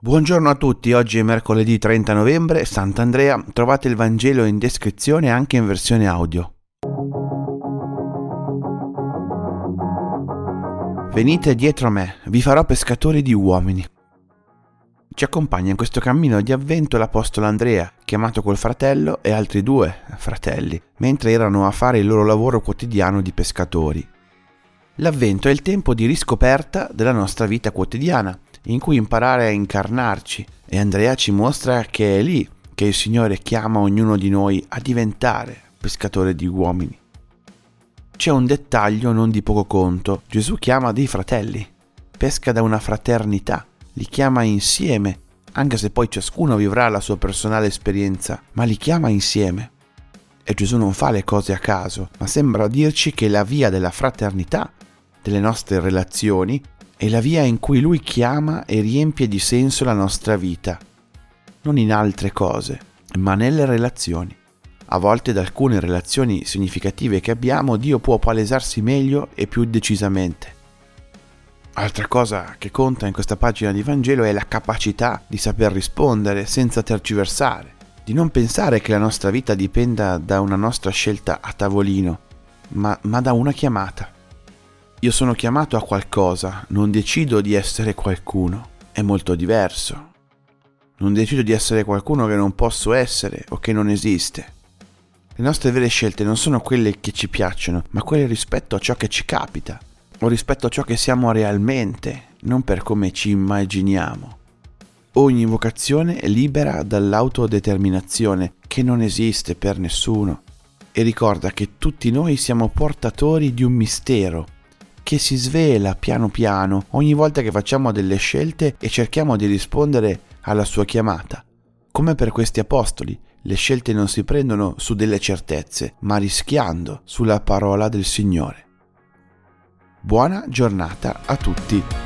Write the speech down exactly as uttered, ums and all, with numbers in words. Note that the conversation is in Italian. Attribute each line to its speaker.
Speaker 1: Buongiorno a tutti, oggi è mercoledì trenta novembre, Sant'Andrea, trovate il Vangelo in descrizione anche in versione audio. Venite dietro a me, vi farò pescatori di uomini. Ci accompagna in questo cammino di avvento l'apostolo Andrea, chiamato col fratello e altri due fratelli, mentre erano a fare il loro lavoro quotidiano di pescatori. L'avvento è il tempo di riscoperta della nostra vita quotidiana, in cui imparare a incarnarci, e Andrea ci mostra che è lì che il Signore chiama ognuno di noi a diventare pescatore di uomini. C'è un dettaglio non di poco conto: Gesù chiama dei fratelli, pesca da una fraternità, li chiama insieme, anche se poi ciascuno vivrà la sua personale esperienza, ma li chiama insieme. E Gesù non fa le cose a caso, ma sembra dirci che la via della fraternità, delle nostre relazioni, è la via in cui Lui chiama e riempie di senso la nostra vita, non in altre cose, ma nelle relazioni. A volte da alcune relazioni significative che abbiamo, Dio può palesarsi meglio e più decisamente. Altra cosa che conta in questa pagina di Vangelo è la capacità di saper rispondere senza tergiversare, di non pensare che la nostra vita dipenda da una nostra scelta a tavolino, ma, ma da una chiamata. Io sono chiamato a qualcosa, non decido di essere qualcuno, è molto diverso. Non decido di essere qualcuno che non posso essere o che non esiste. Le nostre vere scelte non sono quelle che ci piacciono, ma quelle rispetto a ciò che ci capita, o rispetto a ciò che siamo realmente, non per come ci immaginiamo. Ogni vocazione è libera dall'autodeterminazione, che non esiste per nessuno, e ricorda che tutti noi siamo portatori di un mistero, che si svela piano piano ogni volta che facciamo delle scelte e cerchiamo di rispondere alla sua chiamata. Come per questi apostoli, le scelte non si prendono su delle certezze, ma rischiando sulla parola del Signore. Buona giornata a tutti.